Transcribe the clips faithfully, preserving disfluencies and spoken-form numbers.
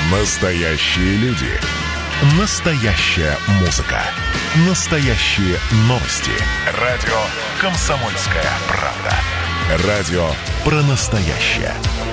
Настоящие люди. Настоящая музыка. Настоящие новости. Радио «Комсомольская правда». Радио про настоящее.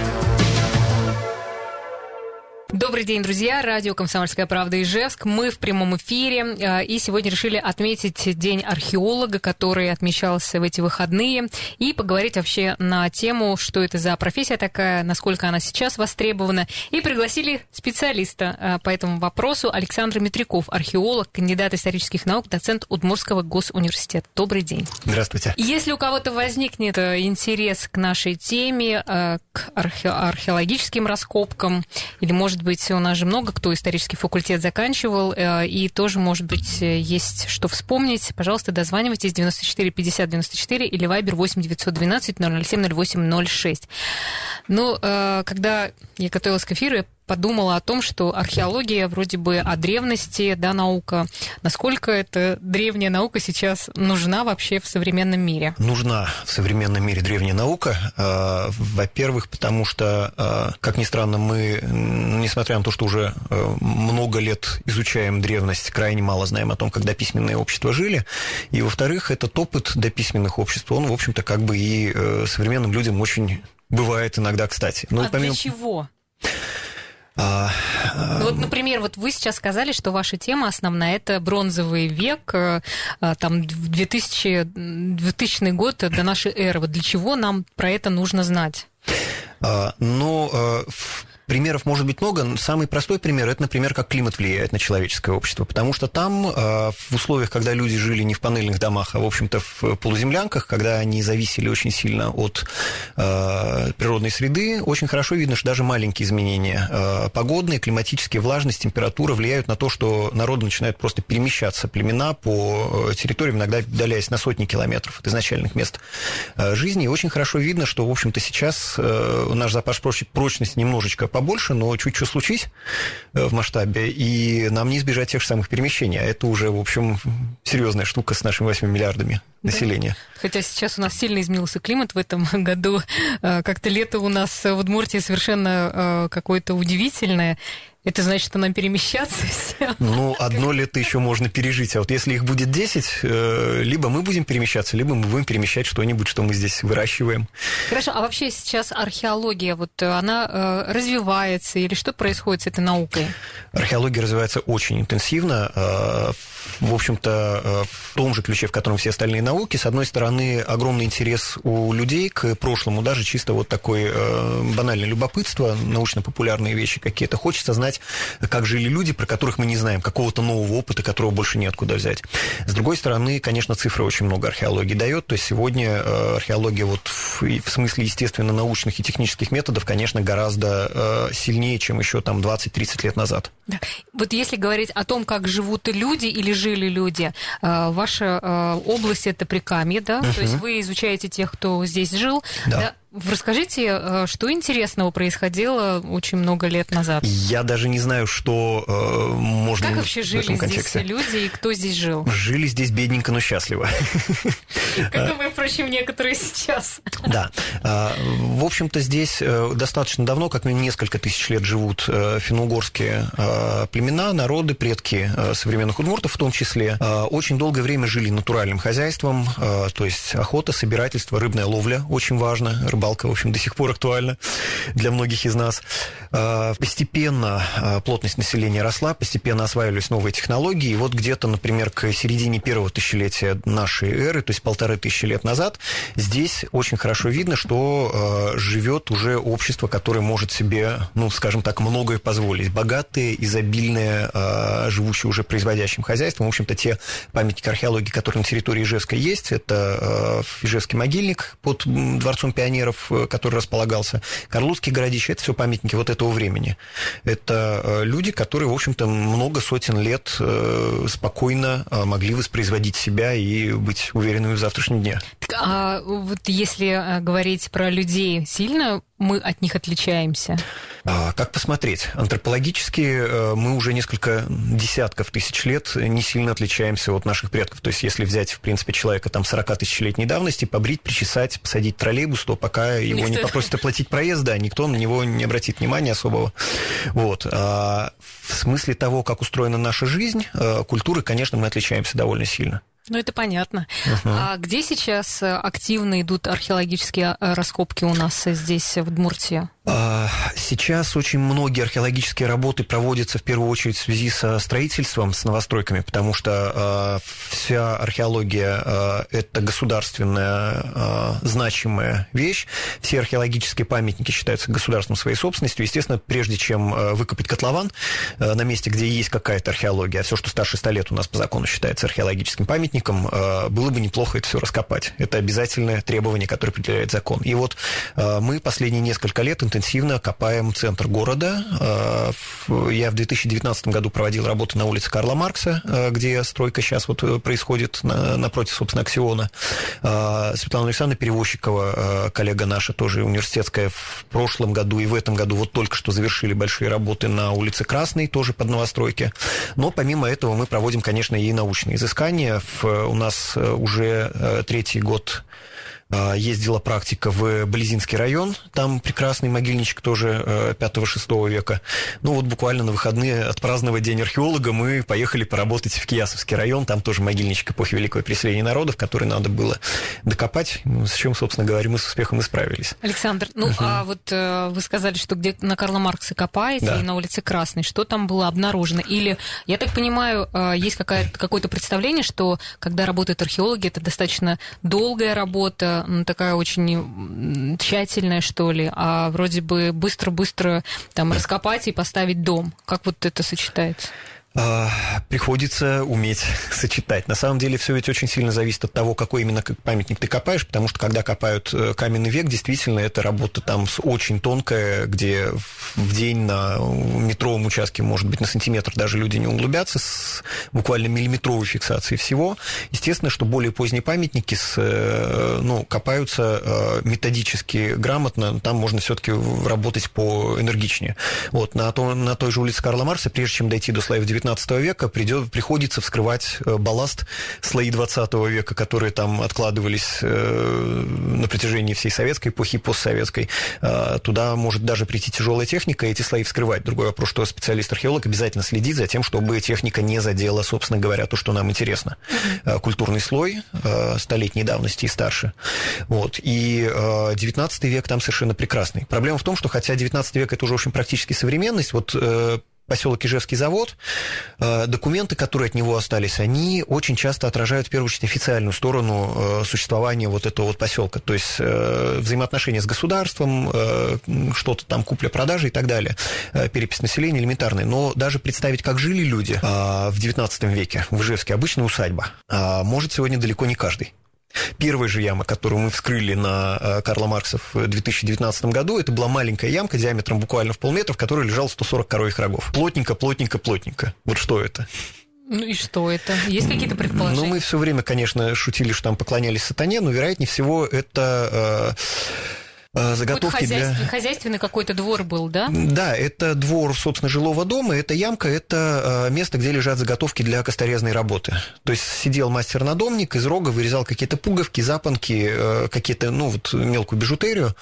Добрый день, друзья. Радио «Комсомольская правда» Ижевск. Мы в прямом эфире. И сегодня решили отметить День археолога, который отмечался в эти выходные, и поговорить вообще на тему, что это за профессия такая, насколько она сейчас востребована. И пригласили специалиста по этому вопросу Александр Метряков, археолог, кандидат исторических наук, доцент Удмуртского госуниверситета. Добрый день. Здравствуйте. Если у кого-то возникнет интерес к нашей теме, к архе- археологическим раскопкам, или, может быть, у нас же много кто исторический факультет заканчивал, и тоже, может быть, есть что вспомнить, пожалуйста, дозванивайтесь девяносто четыре пятьдесят девяносто четыре или вайбер восемь девятьсот двенадцать ноль ноль семь ноль восемь ноль шесть. Ну, когда я готовилась к эфиру, я подумала о том, что археология вроде бы о древности, да, наука. Насколько эта древняя наука сейчас нужна вообще в современном мире? Нужна в современном мире древняя наука. Во-первых, потому что, как ни странно, мы, несмотря на то, что уже много лет изучаем древность, крайне мало знаем о том, когда письменные общества жили. И, во-вторых, этот опыт дописьменных обществ, он, в общем-то, как бы и современным людям очень бывает иногда кстати. Но а помимо... для чего? А, ну, вот, например, вот вы сейчас сказали, что ваша тема основная – это бронзовый век, там, двухтысячный год до нашей эры. Вот для чего нам про это нужно знать? А, ну, примеров может быть много. Самый простой пример – это, например, как климат влияет на человеческое общество. Потому что там, в условиях, когда люди жили не в панельных домах, а, в общем-то, в полуземлянках, когда они зависели очень сильно от природной среды, очень хорошо видно, что даже маленькие изменения погодные, климатические, влажность, температура влияют на то, что народы начинают просто перемещаться, племена по территориям, иногда удаляясь на сотни километров от изначальных мест жизни. И очень хорошо видно, что, в общем-то, сейчас наш запас прочности немножечко побольше, но чуть что случись в масштабе, и нам не избежать тех же самых перемещений. А это уже, в общем, серьезная штука с нашими восьмью миллиардами населения. Да. Хотя сейчас у нас сильно изменился климат в этом году. Как-то лето у нас в Удмуртии совершенно какое-то удивительное. Это значит, что нам перемещаться все? Ну, одно лето еще можно пережить. А вот если их будет десять, либо мы будем перемещаться, либо мы будем перемещать что-нибудь, что мы здесь выращиваем. Хорошо, а вообще сейчас археология, вот она развивается или что происходит с этой наукой? Археология развивается очень интенсивно. В общем-то, в том же ключе, в котором все остальные науки. С одной стороны, огромный интерес у людей к прошлому, даже чисто вот такое банальное любопытство, научно-популярные вещи какие-то. Хочется знать, как жили люди, про которых мы не знаем, какого-то нового опыта, которого больше неоткуда взять. С другой стороны, конечно, цифры очень много археологии дает. То есть сегодня археология вот в, в смысле естественно-научных и технических методов, конечно, гораздо сильнее, чем еще там двадцать-тридцать лет назад. Да. Вот если говорить о том, как живут люди или жили люди, ваша область – это Прикамье, да? Uh-huh. То есть вы изучаете тех, кто здесь жил. Да. Да? Расскажите, что интересного происходило очень много лет назад? Я даже не знаю, что э, можно как вообще в жили этом здесь контексте. люди и кто здесь жил? Жили здесь бедненько, но счастливо. Как и мы, впрочем, некоторые сейчас. Да. В общем-то, здесь достаточно давно, как минимум несколько тысяч лет, живут финно-угорские племена, народы, предки современных удмуртов в том числе. Очень долгое время жили натуральным хозяйством, то есть охота, собирательство, рыбная ловля очень важно, рыбалка, в общем, до сих пор актуальна для многих из нас. Постепенно плотность населения росла, постепенно осваивались новые технологии, и вот где-то, например, к середине первого тысячелетия нашей эры, то есть полторы тысячи лет назад, здесь очень хорошо видно, что живет уже общество, которое может себе, ну, скажем так, многое позволить. Богатые, изобильные, живущие уже производящим хозяйством. В общем-то, те памятники археологии, которые на территории Ижевска есть, это Ижевский могильник под Дворцом пионеров, который располагался, Карлузские городища, это все памятники вот этого времени. Это люди, которые, в общем-то, много сотен лет спокойно могли воспроизводить себя и быть уверенными в завтрашнем дне. А вот если говорить про людей, сильно мы от них отличаемся? Как посмотреть? Антропологически мы уже несколько десятков тысяч лет не сильно отличаемся от наших предков. То есть, если взять, в принципе, человека там сорокатысячелетней давности, побрить, причесать, посадить в троллейбус, то пока его никто... не попросят оплатить проезд, да, никто на него не обратит внимания особого. Вот. А в смысле того, как устроена наша жизнь, культуры, конечно, мы отличаемся довольно сильно. Ну, это понятно. Uh-huh. А где сейчас активно идут археологические раскопки у нас здесь, в Удмуртии? Сейчас очень многие археологические работы проводятся в первую очередь в связи со строительством, с новостройками, потому что вся археология – это государственная значимая вещь. Все археологические памятники считаются государственной своей собственностью. Естественно, прежде чем выкопать котлован на месте, где есть какая-то археология, а все, что старше ста лет у нас по закону считается археологическим памятником, было бы неплохо это все раскопать. Это обязательное требование, которое определяет закон. И вот мы последние несколько лет интенсивно копаем центр города. Я в две тысячи девятнадцатом году проводил работы на улице Карла Маркса, где стройка сейчас вот происходит напротив, собственно, Аксиона. Светлана Александровна Перевозчикова, коллега наша, тоже университетская, в прошлом году и в этом году вот только что завершили большие работы на улице Красной, тоже под новостройки. Но помимо этого мы проводим, конечно, и научные изыскания. У нас уже третий год ездила практика в Близинский район, там прекрасный могильничек тоже пятого-шестого века. Ну вот буквально на выходные отпраздновать День археолога мы поехали поработать в Киясовский район, там тоже могильничек эпохи Великого переселения народов, который надо было докопать, с чем, собственно говоря, мы с успехом и справились. Александр, ну uh-huh. а вот э, вы сказали, что где на Карла Маркса копаете, да. И на улице Красной, что там было обнаружено? Или, я так понимаю, э, есть какая-то, какое-то представление, что когда работают археологи, это достаточно долгая работа, такая очень тщательная, что ли, а вроде бы быстро-быстро там раскопать и поставить дом. Как вот это сочетается? Приходится уметь сочетать. На самом деле все ведь очень сильно зависит от того, какой именно памятник ты копаешь, потому что когда копают каменный век, действительно, это работа там очень тонкая, где в день на метровом участке, может быть, на сантиметр даже люди не углубятся, с буквально миллиметровой фиксацией всего. Естественно, что более поздние памятники с, ну, копаются методически грамотно, там можно все-таки работать поэнергичнее. Вот, на, то, на той же улице Карла Маркса, прежде чем дойти до слоев девятнадцатого века, придет, приходится вскрывать балласт, слои двадцатого века, которые там откладывались на протяжении всей советской эпохи и постсоветской. Туда может даже прийти тяжелая техника и эти слои вскрывать. Другой вопрос, что специалист-археолог обязательно следит за тем, чтобы техника не задела, собственно говоря, то, что нам интересно. Культурный слой столетней давности и старше. Вот. И девятнадцатый век там совершенно прекрасный. Проблема в том, что хотя девятнадцатый век – это уже, в общем, практически современность, вот поселок Ижевский завод, документы, которые от него остались, они очень часто отражают, в первую очередь, официальную сторону существования вот этого вот поселка, то есть взаимоотношения с государством, что-то там купля-продажа и так далее, перепись населения элементарная. Но даже представить, как жили люди в девятнадцатом веке в Ижевске, обычная усадьба, может сегодня далеко не каждый. Первая же яма, которую мы вскрыли на Карла Маркса в две тысячи девятнадцатом году, это была маленькая ямка диаметром буквально в полметра, в которой лежало сто сорок коровьих рогов. Плотненько, плотненько, плотненько. Вот что это? Ну и что это? Есть какие-то предположения? Ну, мы все время, конечно, шутили, что там поклонялись сатане, но, вероятнее всего, это... заготовки хозяйственный, для... хозяйственный какой-то двор был, да? Да, это двор, собственно, жилого дома, это ямка, это место, где лежат заготовки для косторезной работы. То есть сидел мастер-надомник, из рога вырезал какие-то пуговки, запонки, какие-то, ну, вот мелкую бижутерию,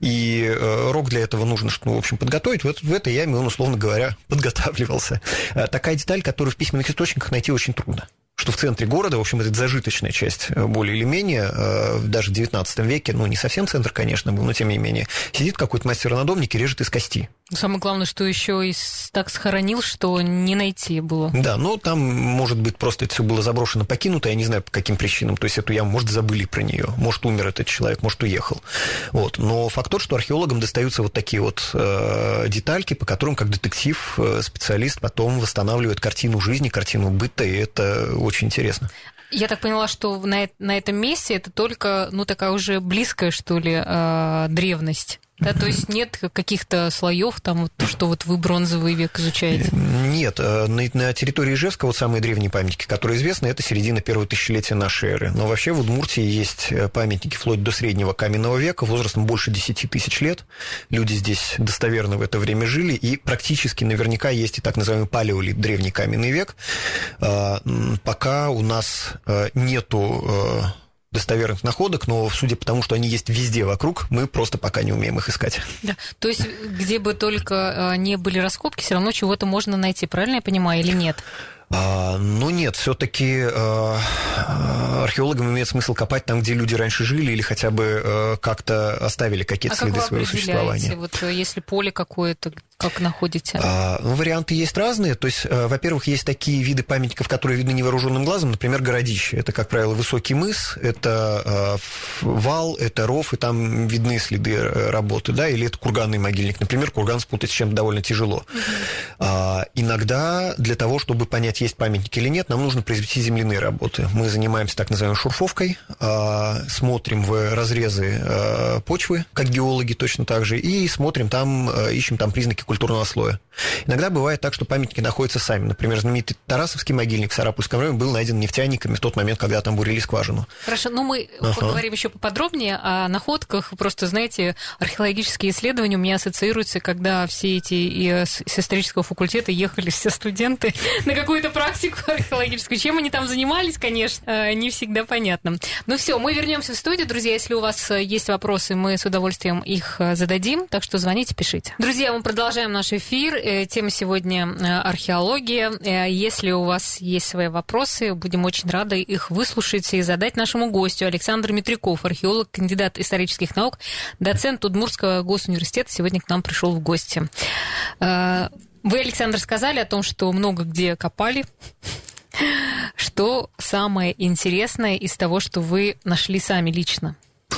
и рог для этого нужно, ну, в общем, подготовить. Вот в этой яме он, условно говоря, подготавливался. Такая деталь, которую в письменных источниках найти очень трудно. Что в центре города, в общем, это зажиточная часть, более или менее, даже в девятнадцатом веке, ну, не совсем центр, конечно, был, но тем не менее, сидит какой-то мастер-надомник и режет из кости. Самое главное, что еще и так схоронил, что не найти было. Да, но там, может быть, просто это все было заброшено, покинуто, я не знаю, по каким причинам, то есть эту яму, может, забыли про нее, может, умер этот человек, может, уехал. Вот. Но факт тот, что археологам достаются вот такие вот э, детальки, по которым, как детектив, э, специалист потом восстанавливает картину жизни, картину быта, и это очень интересно. Я так поняла, что на, на этом месте это только, ну, такая уже близкая, что ли, э, древность. Да, то есть нет каких-то слоев, там, вот, что вот вы бронзовый век изучаете? Нет, на, на территории Ижевска вот самые древние памятники, которые известны, это середина первого тысячелетия нашей эры. Но вообще в Удмуртии есть памятники вплоть до среднего каменного века, возрастом больше десяти тысяч лет. Люди здесь достоверно в это время жили, и практически наверняка есть и так называемый палеолит, древний каменный век. Пока у нас нету достоверных находок, но судя по тому, что они есть везде вокруг, мы просто пока не умеем их искать. Да. То есть, где бы только не были раскопки, все равно чего-то можно найти, правильно я понимаю, или нет? А, ну нет, все-таки а, археологам имеет смысл копать там, где люди раньше жили, или хотя бы а, как-то оставили какие-то а следы как своего существования. Вот если поле какое-то, как находите? А, ну, варианты есть разные. То есть, а, во-первых, есть такие виды памятников, которые видны невооруженным глазом, например, городище. Это, как правило, высокий мыс, это а, вал, это ров, и там видны следы работы, да, или это курганный могильник. Например, курган спутать с чем-то довольно тяжело. Угу. А, иногда для того, чтобы понять, есть памятник или нет, нам нужно произвести земляные работы. Мы занимаемся так называемой шурфовкой, смотрим в разрезы почвы, как геологи точно так же, и смотрим там, ищем там признаки культурного слоя. Иногда бывает так, что памятники находятся сами. Например, знаменитый Тарасовский могильник в Сарапульском районе был найден нефтяниками в тот момент, когда там бурили скважину. Хорошо, ну мы ага. поговорим еще поподробнее о находках. Просто, знаете, археологические исследования у меня ассоциируются, когда все эти с исторического факультета ехали все студенты на какую-то практику археологическую. Чем они там занимались, конечно, не всегда понятно. Ну все, мы вернемся в студию, друзья. Если у вас есть вопросы, мы с удовольствием их зададим. Так что звоните, пишите. Друзья, мы продолжаем наш эфир. Тема сегодня археология. Если у вас есть свои вопросы, будем очень рады их выслушать и задать нашему гостю. Александр Метряков, археолог, кандидат исторических наук, доцент Удмуртского госуниверситета, сегодня к нам пришел в гости. Вы, Александр, сказали о том, что много где копали. Что самое интересное из того, что вы нашли сами лично?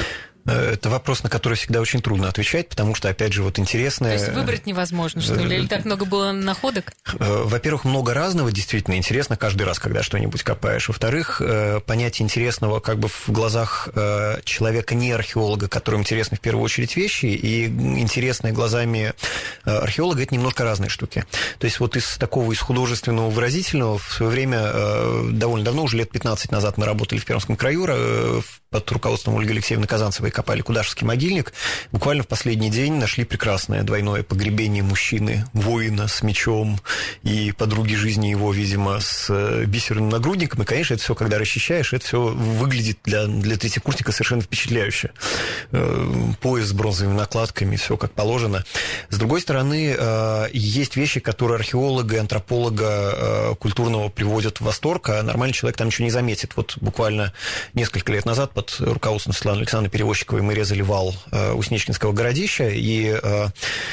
Это вопрос, на который всегда очень трудно отвечать, потому что, опять же, вот интересное... То есть выбрать невозможно, что ли? Или так много было находок? Во-первых, много разного, действительно интересно каждый раз, когда что-нибудь копаешь. Во-вторых, понятие интересного как бы в глазах человека не археолога, которому интересны в первую очередь вещи, и интересные глазами археолога – это немножко разные штуки. То есть вот из такого, из художественного, выразительного в свое время, довольно давно, уже лет пятнадцать назад мы работали в Пермском краю под руководством Ольги Алексеевны Казанцевой, копали Кудашевский могильник. Буквально в последний день нашли прекрасное двойное погребение мужчины, воина с мечом и подруги жизни его, видимо, с бисерным нагрудником. И, конечно, это все, когда расчищаешь, это все выглядит для, для третьекурсника совершенно впечатляюще. Пояс с бронзовыми накладками, все как положено. С другой стороны, есть вещи, которые археолога и антрополога культурного приводят в восторг, а нормальный человек там ничего не заметит. Вот буквально несколько лет назад под руководством Светланы Александровны Перевозчиковой мы резали вал э, у Снечкинского городища, и э,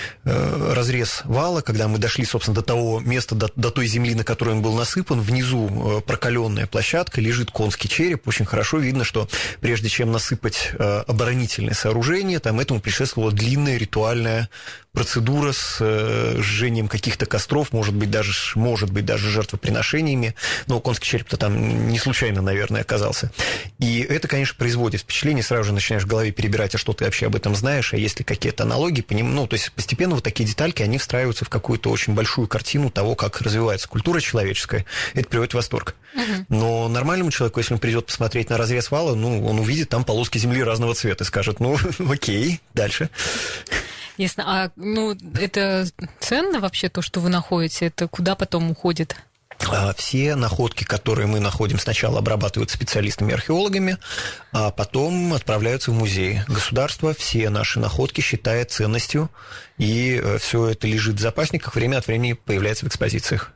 э, разрез вала, когда мы дошли, собственно, до того места, до, до той земли, на которой он был насыпан, внизу э, прокаленная площадка, лежит конский череп, очень хорошо видно, что прежде чем насыпать э, оборонительное сооружение, там этому предшествовала длинная ритуальная процедура с э, сжением каких-то костров, может быть, даже, может быть, даже жертвоприношениями, но конский череп-то там не случайно, наверное, оказался. И это, конечно, производит впечатление, сразу же начинаешь в голове перебирать, а что ты вообще об этом знаешь, а есть ли какие-то аналогии, по ним, ну, то есть постепенно вот такие детальки, они встраиваются в какую-то очень большую картину того, как развивается культура человеческая, это приводит в восторг. Угу. Но нормальному человеку, если он придет посмотреть на разрез вала, ну, он увидит там полоски земли разного цвета и скажет, ну, окей, дальше. Ясно. А, ну, это ценно вообще то, что вы находите? Это куда потом уходит? Все находки, которые мы находим, сначала обрабатывают специалистами-археологами, а потом отправляются в музей. Государство все наши находки считает ценностью, и все это лежит в запасниках, время от времени появляется в экспозициях.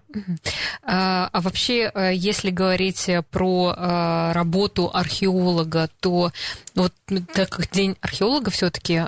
А, а вообще, если говорить про работу археолога, то вот так как День археолога все-таки,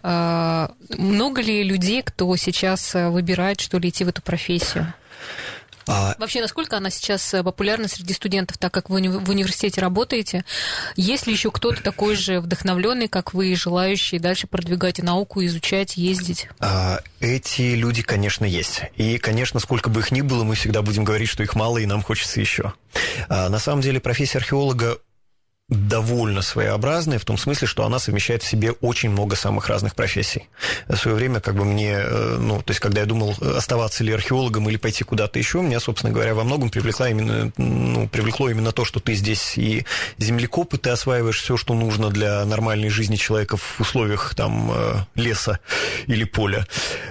много ли людей, кто сейчас выбирает, что ли, идти в эту профессию? А... Вообще, насколько она сейчас популярна среди студентов, так как вы в университете работаете? Есть ли еще кто-то такой же вдохновленный, как вы, желающий дальше продвигать и науку, изучать, ездить? А, эти люди, конечно, есть. И, конечно, сколько бы их ни было, мы всегда будем говорить, что их мало, и нам хочется еще. А, на самом деле, профессия археолога довольно своеобразная, в том смысле, что она совмещает в себе очень много самых разных профессий. В свое время, как бы мне, ну, то есть, когда я думал, оставаться ли археологом или пойти куда-то еще, меня, собственно говоря, во многом привлекло именно, ну, привлекло именно то, что ты здесь и землекоп, и ты осваиваешь все, что нужно для нормальной жизни человека в условиях там леса или поля,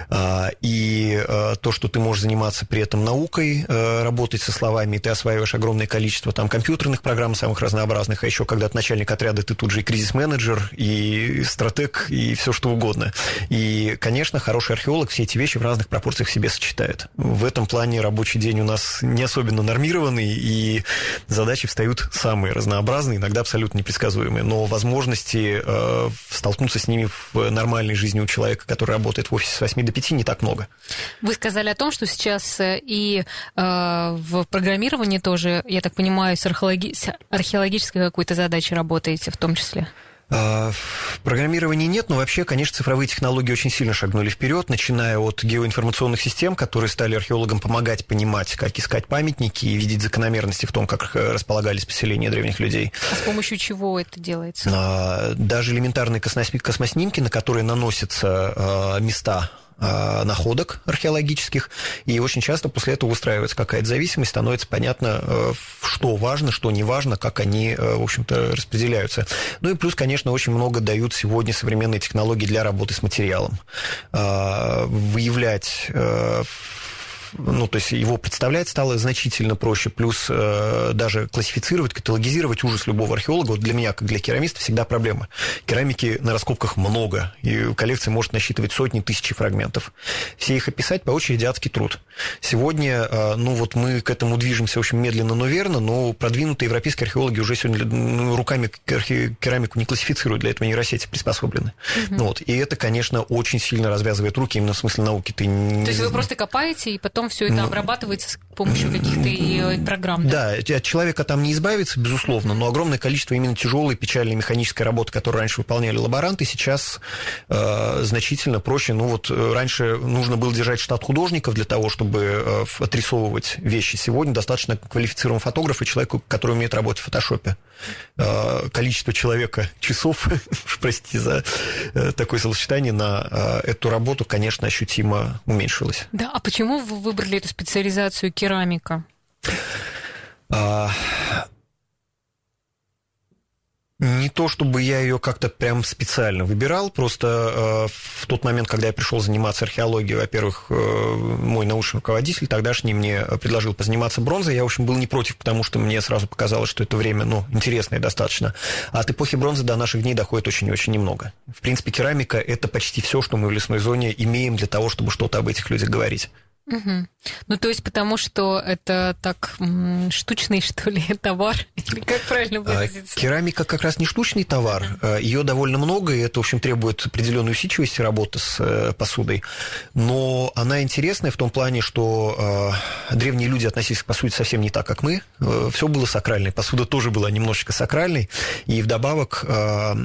и то, что ты можешь заниматься при этом наукой, работать со словами, и ты осваиваешь огромное количество там компьютерных программ самых разнообразных, а еще когда ты начальник отряда, ты тут же и кризис-менеджер, и стратег, и все что угодно. И, конечно, хороший археолог все эти вещи в разных пропорциях в себе сочетает. В этом плане рабочий день у нас не особенно нормированный, и задачи встают самые разнообразные, иногда абсолютно непредсказуемые. Но возможности э, столкнуться с ними в нормальной жизни у человека, который работает в офисе с восьми до пяти, не так много. Вы сказали о том, что сейчас и э, в программировании тоже, я так понимаю, с, археологи... с археологической какой-то задачей работаете в том числе? В программировании нет, но вообще, конечно, цифровые технологии очень сильно шагнули вперед, начиная от геоинформационных систем, которые стали археологам помогать понимать, как искать памятники и видеть закономерности в том, как располагались поселения древних людей. А с помощью чего это делается? Даже элементарные космоснимки, на которые наносятся места находок археологических, и очень часто после этого устраивается какая-то зависимость, становится понятно, что важно, что не важно, как они, в общем-то, распределяются. Ну и плюс, конечно, очень много дают сегодня современные технологии для работы с материалом. Выявлять... Ну, то есть его представлять стало значительно проще, плюс э, даже классифицировать, каталогизировать ужас любого археолога. Вот для меня, как для керамиста, всегда проблема. Керамики на раскопках много, и коллекция может насчитывать сотни, тысячи фрагментов. Все их описать по очереди адский труд. Сегодня, э, ну, вот мы к этому движемся, в общем, медленно, но верно, но продвинутые европейские археологи уже сегодня ну, руками керамику не классифицируют, для этого нейросети приспособлены. Mm-hmm. Вот, и это, конечно, очень сильно развязывает руки именно в смысле науки. Ты не... То есть вы просто копаете и потом все это обрабатывается с помощью каких-то программ. Да, да, от человека там не избавиться, безусловно, но огромное количество именно тяжелой, печальной механической работы, которую раньше выполняли лаборанты, сейчас э, значительно проще. Ну вот раньше нужно было держать штат художников для того, чтобы э, отрисовывать вещи. Сегодня достаточно квалифицированного фотографа и человека, который умеет работать в фотошопе. Э, количество человека часов, простите за э, такое словосочетание, на э, эту работу, конечно, ощутимо уменьшилось. Да, а почему вы выбрали эту специализацию керамика? А... Не то, чтобы я ее как-то прям специально выбирал, просто э, в тот момент, когда я пришел заниматься археологией, во-первых, э, мой научный руководитель тогдашний мне предложил позаниматься бронзой, я, в общем, был не против, потому что мне сразу показалось, что это время, ну, интересное достаточно. А от эпохи бронзы до наших дней доходит очень-очень немного. В принципе, керамика – это почти все, что мы в лесной зоне имеем для того, чтобы что-то об этих людях говорить. Угу. Ну, то есть, потому что это так м, штучный, что ли, товар? Или как правильно выразиться? Керамика как раз не штучный товар. Ее довольно много, и это, в общем, требует определенной усидчивости работы с посудой. Но она интересная в том плане, что э, древние люди относились к посуде совсем не так, как мы. Э, все было сакральной. Посуда тоже была немножечко сакральной. И вдобавок... Э,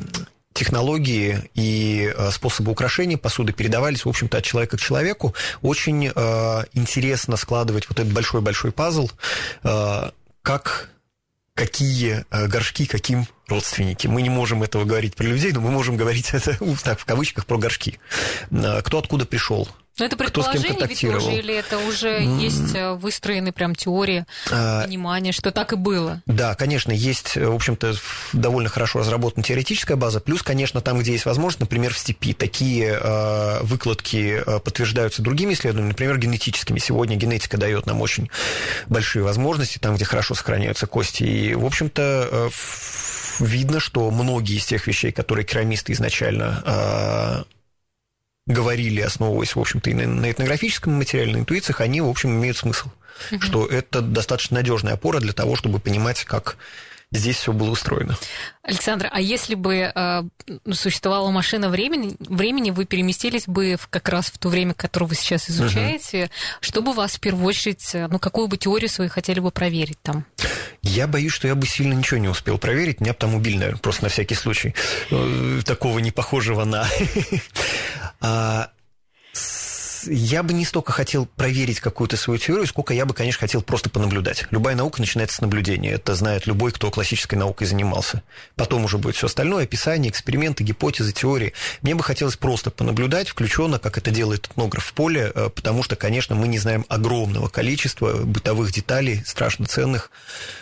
технологии и способы украшения посуды передавались, в общем-то, от человека к человеку. Очень э, интересно складывать вот этот большой-большой пазл, э, как, какие э, горшки, каким родственники. Мы не можем этого говорить про людей, но мы можем говорить это, так, в кавычках, про горшки. Э, кто откуда пришел. Но это предположение ведь уже, или это уже mm. есть выстроены прям теории а, понимания, что так и было? Да, конечно, есть, в общем-то, довольно хорошо разработана теоретическая база, плюс, конечно, там, где есть возможность, например, в степи, такие э, выкладки подтверждаются другими исследованиями, например, генетическими. Сегодня генетика дает нам очень большие возможности, там, где хорошо сохраняются кости, и, в общем-то, э, видно, что многие из тех вещей, которые керамисты изначально... Э, говорили, основываясь, в общем-то, и на этнографическом материале, на интуициях, они, в общем, имеют смысл. Угу. Что это достаточно надежная опора для того, чтобы понимать, как здесь все было устроено. Александр, а если бы э, существовала машина времени, времени, вы переместились бы в, как раз в то время, которое вы сейчас изучаете, угу. чтобы вас в первую очередь, ну, какую бы теорию свою хотели бы проверить там? Я боюсь, что я бы сильно ничего не успел проверить. Меня бы там убили, наверное, просто на всякий случай. Такого не похожего на... я бы не столько хотел проверить какую-то свою теорию, сколько я бы, конечно, хотел просто понаблюдать. Любая наука начинается с наблюдения. Это знает любой, кто классической наукой занимался. Потом уже будет все остальное, описание, эксперименты, гипотезы, теории. Мне бы хотелось просто понаблюдать, включенно, как это делает этнограф в поле, потому что, конечно, мы не знаем огромного количества бытовых деталей, страшно ценных,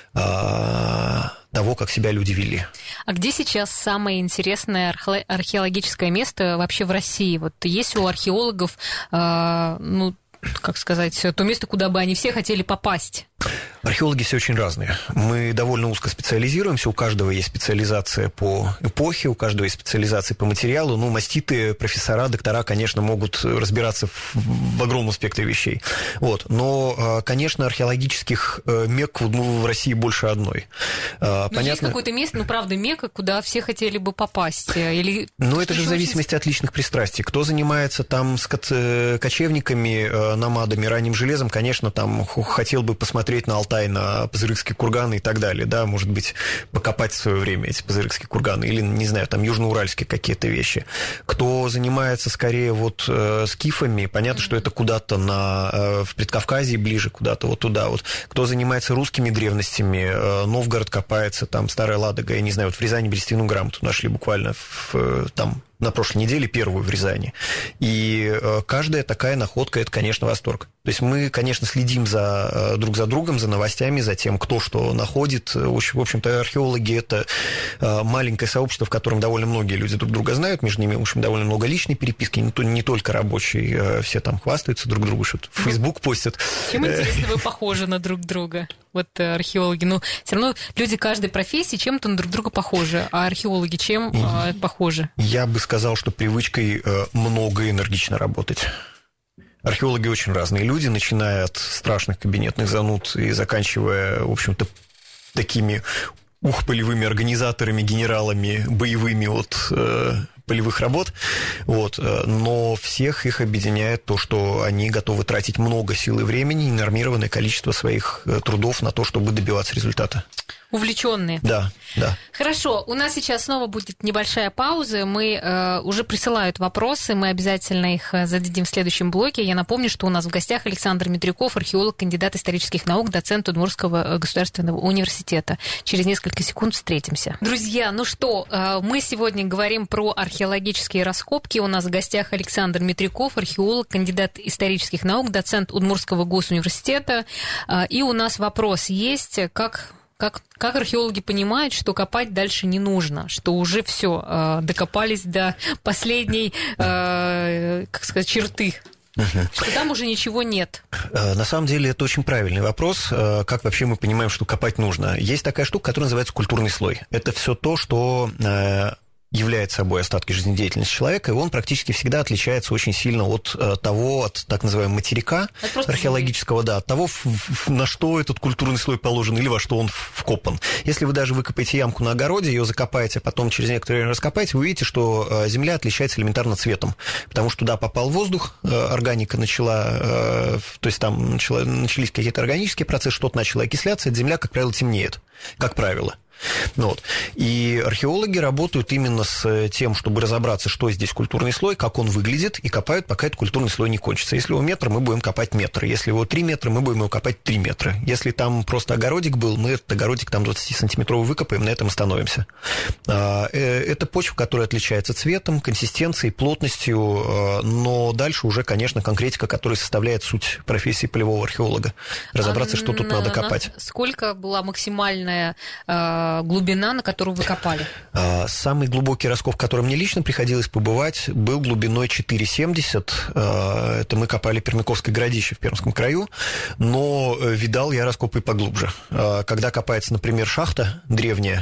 того, как себя люди вели. А где сейчас самое интересное археологическое место вообще в России? Вот есть у археологов, ну, как сказать, то место, куда бы они все хотели попасть? Археологи все очень разные. Мы довольно узко специализируемся, у каждого есть специализация по эпохе, у каждого есть специализация по материалу. Ну, маститы, профессора, доктора, конечно, могут разбираться в, в огромном спектре вещей. Вот. Но, конечно, археологических мекк в России больше одной. Но Понятно... есть какое-то место, ну, правда, мекка, куда все хотели бы попасть? Или... Ну, это же в зависимости от личных пристрастий. Кто занимается там с кочевниками, номадами, ранним железом, конечно, там хотел бы посмотреть на Алтай, на Пазырыкские курганы и так далее, да, может быть, покопать в свое время эти Пазырыкские курганы, или, не знаю, там, южноуральские какие-то вещи. Кто занимается скорее вот э, скифами, понятно, что это куда-то на, э, в Предкавказье ближе, куда-то вот туда вот. Кто занимается русскими древностями, э, Новгород копается, там, Старая Ладога, я не знаю, вот в Рязани Берестяную грамоту нашли буквально в, э, там, на прошлой неделе, первую в Рязани. И каждая такая находка – это, конечно, восторг. То есть мы, конечно, следим за, друг за другом, за новостями, за тем, кто что находит. В общем-то, археологи – это маленькое сообщество, в котором довольно многие люди друг друга знают. Между ними, в общем, довольно много личной переписки, не только рабочие. Все там хвастаются друг другу, что-то в Facebook постят. Чем, интересно, вы похожи на друг друга? Вот археологи. Ну, все равно люди каждой профессии чем-то на друг друга похожи. А археологи чем а, похожи? Я бы сказал, что привычкой много и энергично работать. Археологи очень разные люди, начиная от страшных кабинетных зануд и заканчивая, в общем-то, такими ух, полевыми организаторами, генералами, боевыми от э, полевых работ. Вот. Но всех их объединяет то, что они готовы тратить много сил и времени и нормированное количество своих трудов на то, чтобы добиваться результата. Увлеченные. Да, да. Хорошо, у нас сейчас снова будет небольшая пауза. Мы э, уже присылают вопросы, мы обязательно их зададим в следующем блоке. Я напомню, что у нас в гостях Александр Метрюков, археолог, кандидат исторических наук, доцент Удмуртского государственного университета. Через несколько секунд встретимся. Друзья, ну что, э, мы сегодня говорим про археологические раскопки. У нас в гостях Александр Метрюков, археолог, кандидат исторических наук, доцент Удмуртского госуниверситета. Э, и у нас вопрос есть, как... Как, как археологи понимают, что копать дальше не нужно, что уже все э, докопались до последней, э, как сказать, черты, угу. Что там уже ничего нет? На самом деле это очень правильный вопрос. Как вообще мы понимаем, что копать нужно? Есть такая штука, которая называется культурный слой. Это все то, что является собой остатки жизнедеятельности человека, и он практически всегда отличается очень сильно от того, от так называемого материка археологического, да, от того, на что этот культурный слой положен или во что он вкопан. Если вы даже выкопаете ямку на огороде, ее закопаете, а потом через некоторое время раскопаете, вы увидите, что земля отличается элементарно цветом, потому что туда попал воздух, органика начала, то есть там начала, начались какие-то органические процессы, что-то начало окисляться, эта земля, как правило, темнеет, как правило. Вот. И археологи работают именно с тем, чтобы разобраться, что здесь культурный слой, как он выглядит, и копают, пока этот культурный слой не кончится. Если его метр, мы будем копать метр. Если его три метра, мы будем его копать три метра. Если там просто огородик был, мы этот огородик там двадцатисантиметровый выкопаем, на этом остановимся. Это почва, которая отличается цветом, консистенцией, плотностью, но дальше уже, конечно, конкретика, которая составляет суть профессии полевого археолога. Разобраться, а что тут на, надо копать. Сколько была максимальная глубина, на которую вы копали? Самый глубокий раскоп, в котором мне лично приходилось побывать, был глубиной четыре семьдесят. Это мы копали Пермяковское городище в Пермском краю, но видал я раскопы поглубже. Когда копается, например, шахта древняя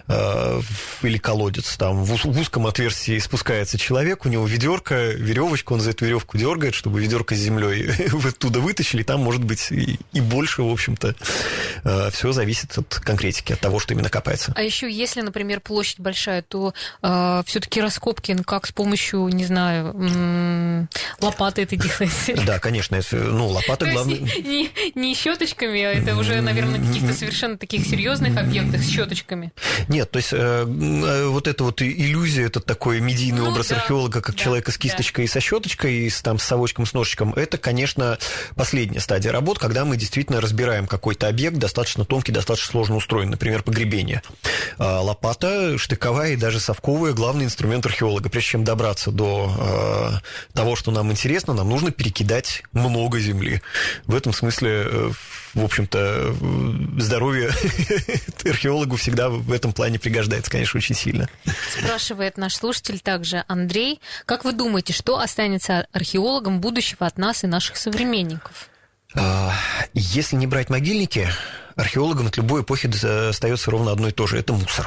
или колодец, там в узком отверстии спускается человек, у него ведерко, веревочка, он за эту веревку дергает, чтобы ведерко с землей оттуда вытащили, там может быть и больше, в общем-то. Все зависит от конкретики, от того, что именно докопается. А еще, если, например, площадь большая, то э, все-таки раскопки, ну, как с помощью, не знаю, м- лопаты это делается? Да, конечно. Ну, лопаты главное... Не, не щеточками, а это уже, наверное, на каких-то совершенно таких серьезных объектах с щеточками. Нет, то есть э, вот эта вот иллюзия, это такой медийный ну, образ да, археолога, как да, человека с кисточкой да. и со щеточкой, и с, там, с совочком, с ножичком, это, конечно, последняя стадия работ, когда мы действительно разбираем какой-то объект, достаточно тонкий, достаточно сложно устроен, например, погребение. Лопата, штыковая и даже совковая – главный инструмент археолога. Прежде чем добраться до э, того, что нам интересно, нам нужно перекидать много земли. В этом смысле, в общем-то, здоровье археологу всегда в этом плане пригождается, конечно, очень сильно. Спрашивает наш слушатель также Андрей. Как вы думаете, что останется археологам будущего от нас и наших современников? Если не брать могильники, археологам от любой эпохи остается ровно одно и то же – это мусор.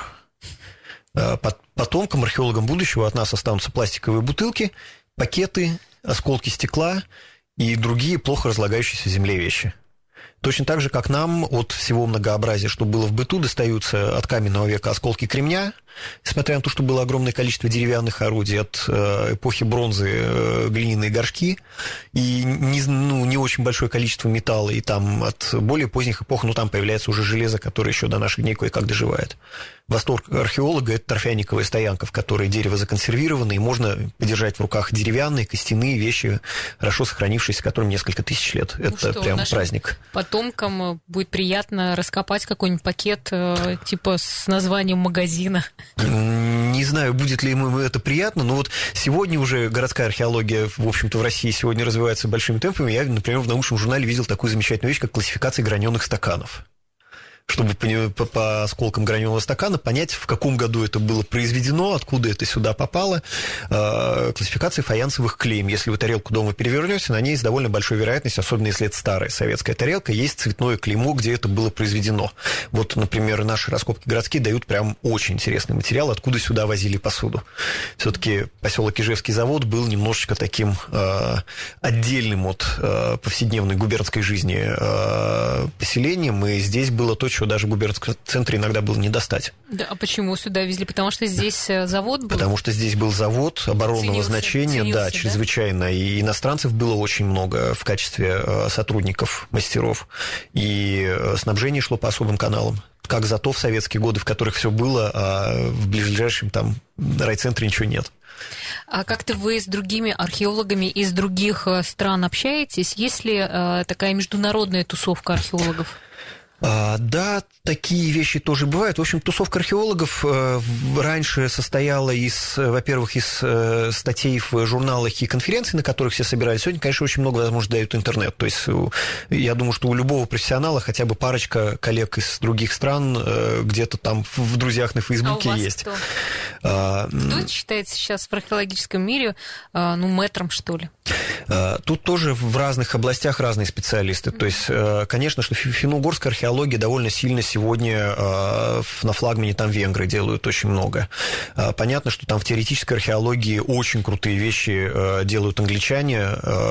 Потомкам, археологам будущего от нас останутся пластиковые бутылки, пакеты, осколки стекла и другие плохо разлагающиеся в земле вещи. Точно так же, как нам от всего многообразия, что было в быту, достаются от каменного века осколки кремня, несмотря на то, что было огромное количество деревянных орудий, от эпохи бронзы глиняные горшки и не, ну, не очень большое количество металла, и там от более поздних эпох, ну, там появляется уже железо, которое еще до наших дней кое-как доживает. Восторг археолога – это торфяниковая стоянка, в которой дерево законсервировано, и можно подержать в руках деревянные, костяные вещи, хорошо сохранившиеся, которым несколько тысяч лет. Ну это что, прям праздник. Потомкам будет приятно раскопать какой-нибудь пакет типа с названием магазина. Не знаю, будет ли ему это приятно, но вот сегодня уже городская археология, в общем-то, в России сегодня развивается большими темпами. Я, например, в научном журнале видел такую замечательную вещь, как классификация граненых стаканов. Чтобы по, по, по осколкам граненого стакана понять, в каком году это было произведено, откуда это сюда попало. Э, классификация фаянсовых клейм. Если вы тарелку дома перевернете, на ней есть довольно большая вероятность, особенно если это старая советская тарелка, есть цветное клеймо, где это было произведено. Вот, например, наши раскопки городские дают прям очень интересный материал, откуда сюда возили посуду. Все-таки поселок Ижевский завод был немножечко таким э, отдельным от э, повседневной губернской жизни э, поселением, и здесь было то, чего даже в губернском центре иногда было не достать. Да, а почему сюда везли? Потому что здесь завод был? Потому что здесь был завод оборонного ценился, значения, ценился, да, чрезвычайно. Да? И иностранцев было очень много в качестве сотрудников, мастеров. И снабжение шло по особым каналам. Как зато в советские годы, в которых все было, а в ближайшем там райцентре ничего нет. А как-то вы с другими археологами из других стран общаетесь? Есть ли такая международная тусовка археологов? Да, такие вещи тоже бывают. В общем, тусовка археологов раньше состояла из, во-первых, из статей в журналах и конференций, на которых все собирались. Сегодня, конечно, очень много возможностей дают интернет. То есть я думаю, что у любого профессионала хотя бы парочка коллег из других стран где-то там в друзьях на Фейсбуке а есть. Кто? А, кто считается сейчас в археологическом мире, ну, мэтром, что ли? Тут тоже в разных областях разные специалисты. То есть, конечно, что финно-угорская археология довольно сильно сегодня на флагмане там венгры делают очень много. Понятно, что там в теоретической археологии очень крутые вещи делают англичане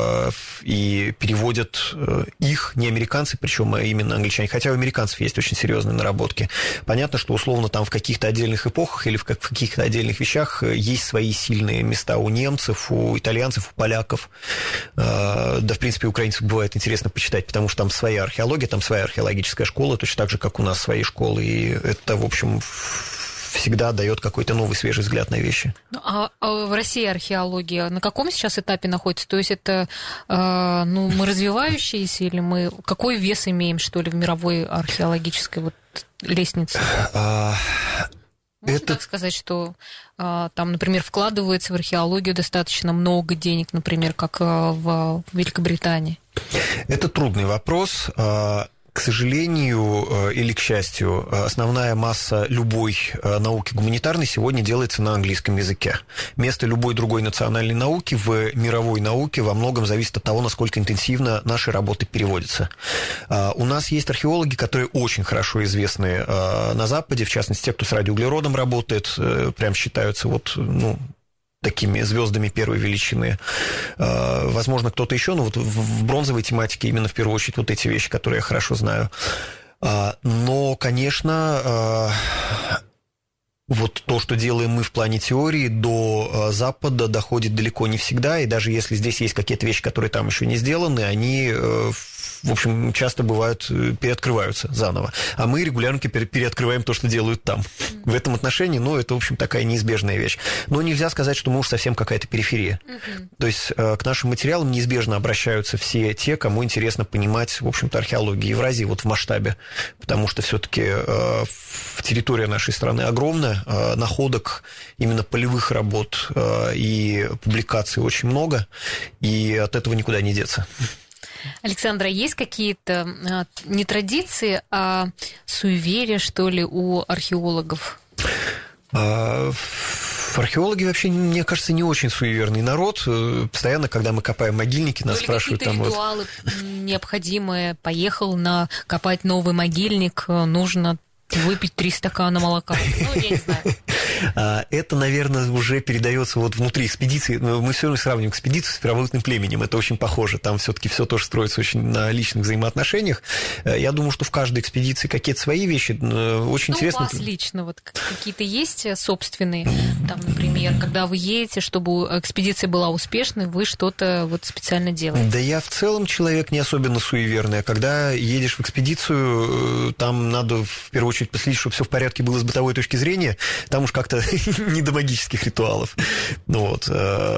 и переводят их, не американцы, причем именно англичане, хотя у американцев есть очень серьезные наработки. Понятно, что условно там в каких-то отдельных эпохах или в каких-то отдельных вещах есть свои сильные места у немцев, у итальянцев, у поляков. Да, в принципе, украинцев бывает интересно почитать, потому что там своя археология, там своя археологическая школа, точно так же, как у нас свои школы, и это, в общем, всегда дает какой-то новый, свежий взгляд на вещи. Ну, а, а в России археология на каком сейчас этапе находится? То есть это, э, ну, мы развивающиеся или мы какой вес имеем, что ли, в мировой археологической вот лестнице? Можно это... так сказать, что а, там, например, вкладывается в археологию достаточно много денег, например, как а, в Великобритании? Это трудный вопрос. К сожалению или к счастью, основная масса любой науки гуманитарной сегодня делается на английском языке. Место любой другой национальной науки в мировой науке во многом зависит от того, насколько интенсивно наши работы переводятся. У нас есть археологи, которые очень хорошо известны на Западе, в частности, те, кто с радиоуглеродом работает, прям считаются вот, ну, такими звездами первой величины. Возможно, кто-то еще, но вот в бронзовой тематике именно в первую очередь вот эти вещи, которые я хорошо знаю. Но, конечно, вот то, что делаем мы в плане теории, до Запада доходит далеко не всегда, и даже если здесь есть какие-то вещи, которые там еще не сделаны, они, в общем, часто бывают, переоткрываются заново. А мы регулярно переоткрываем то, что делают там. В этом отношении, ну, это, в общем, такая неизбежная вещь. Но нельзя сказать, что мы уж совсем какая-то периферия. Uh-huh. То есть к нашим материалам неизбежно обращаются все те, кому интересно понимать, в общем-то, археологию Евразии вот в масштабе, потому что все-таки территория нашей страны огромная, находок именно полевых работ и публикаций очень много, и от этого никуда не деться. Александра, есть какие-то не традиции, а суеверия, что ли, у археологов? Археологи вообще, мне кажется, не очень суеверный народ. Постоянно, когда мы копаем могильники, нас Были спрашивают там... какие-то ритуалы вот... необходимые? Поехал на копать новый могильник, нужно выпить три стакана молока. Ну, я не знаю. Это, наверное, уже передается вот внутри экспедиции. Мы все равно сравниваем экспедицию с первобытным племенем. Это очень похоже. Там все-таки все тоже строится очень на личных взаимоотношениях. Я думаю, что в каждой экспедиции какие-то свои вещи. Очень ну, интересно. У вас лично вот какие-то есть собственные, там, например, когда вы едете, чтобы экспедиция была успешной, вы что-то вот специально делаете? Да я в целом человек не особенно суеверный. А когда едешь в экспедицию, там надо в первую очередь последить, чтобы все в порядке было с бытовой точки зрения. Там уж как-то не до магических ритуалов. Ну, вот.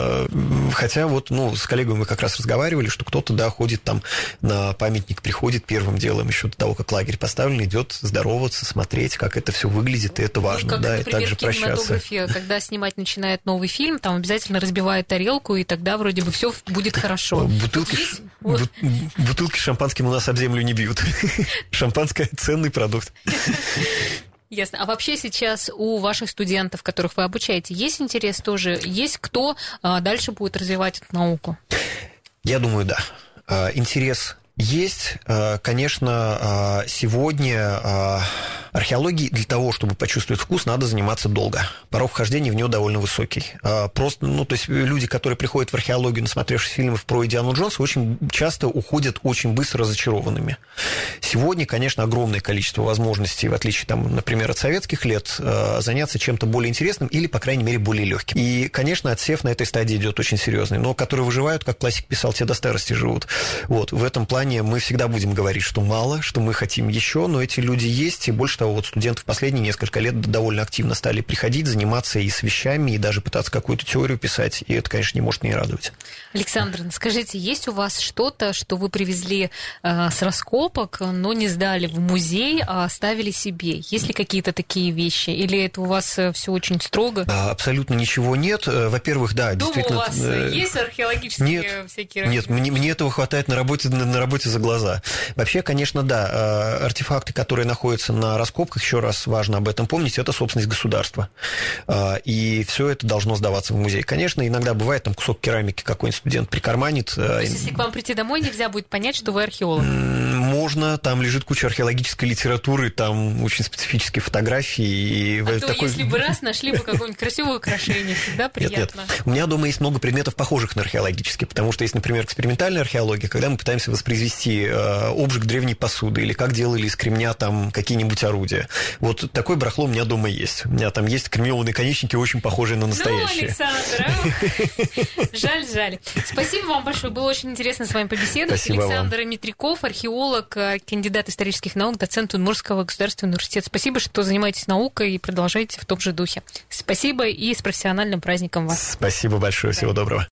Хотя вот, ну, с коллегами мы как раз разговаривали, что кто-то, да, ходит там на памятник, приходит первым делом еще до того, как лагерь поставлен, идет здороваться, смотреть, как это все выглядит, и это важно, ну, как, да, например, и также в кинематографе, прощаться. Когда снимать начинает новый фильм, там обязательно разбивают тарелку, и тогда вроде бы все будет хорошо. Бутылки, вот бутылки шампанским у нас об землю не бьют. Шампанское – ценный продукт. Ясно. А вообще сейчас у ваших студентов, которых вы обучаете, есть интерес тоже? Есть кто дальше будет развивать эту науку? Я думаю, да. Интерес есть. Конечно, сегодня археологией для того, чтобы почувствовать вкус, надо заниматься долго. Порог вхождения в нее довольно высокий. Просто, ну, то есть люди, которые приходят в археологию, насмотревшись фильмов про Индиану Джонса, очень часто уходят очень быстро разочарованными. Сегодня, конечно, огромное количество возможностей, в отличие, там, например, от советских лет, заняться чем-то более интересным или, по крайней мере, более легким. И, конечно, отсев на этой стадии идет очень серьезный. Но которые выживают, как классик писал, те до старости живут. Вот. В этом плане мы всегда будем говорить, что мало, что мы хотим еще, но эти люди есть, и больше того, вот студенты в последние несколько лет довольно активно стали приходить, заниматься и с вещами, и даже пытаться какую-то теорию писать, и это, конечно, не может не радовать. Александр, скажите, есть у вас что-то, что вы привезли э, с раскопок, но не сдали в музей, а оставили себе? Есть ли какие-то такие вещи? Или это у вас все очень строго? Абсолютно ничего нет. Во-первых, да, Думаю, действительно... у вас э... есть археологические нет, всякие... Нет, мне, мне этого хватает на работе, на, на работе за глаза. Вообще, конечно, да, артефакты, которые находятся на раскопках, еще раз важно об этом помнить, это собственность государства. И все это должно сдаваться в музей. Конечно, иногда бывает, там кусок керамики какой-нибудь студент прикарманит. То есть, если к вам прийти домой, нельзя будет понять, что вы археолог? Можно, там лежит куча археологической литературы, там очень специфические фотографии. И а то, такой... если бы раз нашли бы какое-нибудь красивое украшение, всегда приятно. Нет, нет. У меня дома есть много предметов, похожих на археологические, потому что есть, например, экспериментальная археология, когда мы пытаемся воспроизвести э, обжиг древней посуды, или как делали из кремня там какие-нибудь орудия. Вот такое барахло у меня дома есть. У меня там есть кремнёные наконечники, очень похожие на настоящие. Ну, Александр, жаль, жаль. Спасибо вам большое, было очень интересно с вами побеседовать. Спасибо Александр вам. Митряков, археолог, кандидат исторических наук, доцент Удмуртского государственного университета. Спасибо, что занимаетесь наукой и продолжаете в том же духе. Спасибо и с профессиональным праздником вас. Спасибо большое, всего доброго.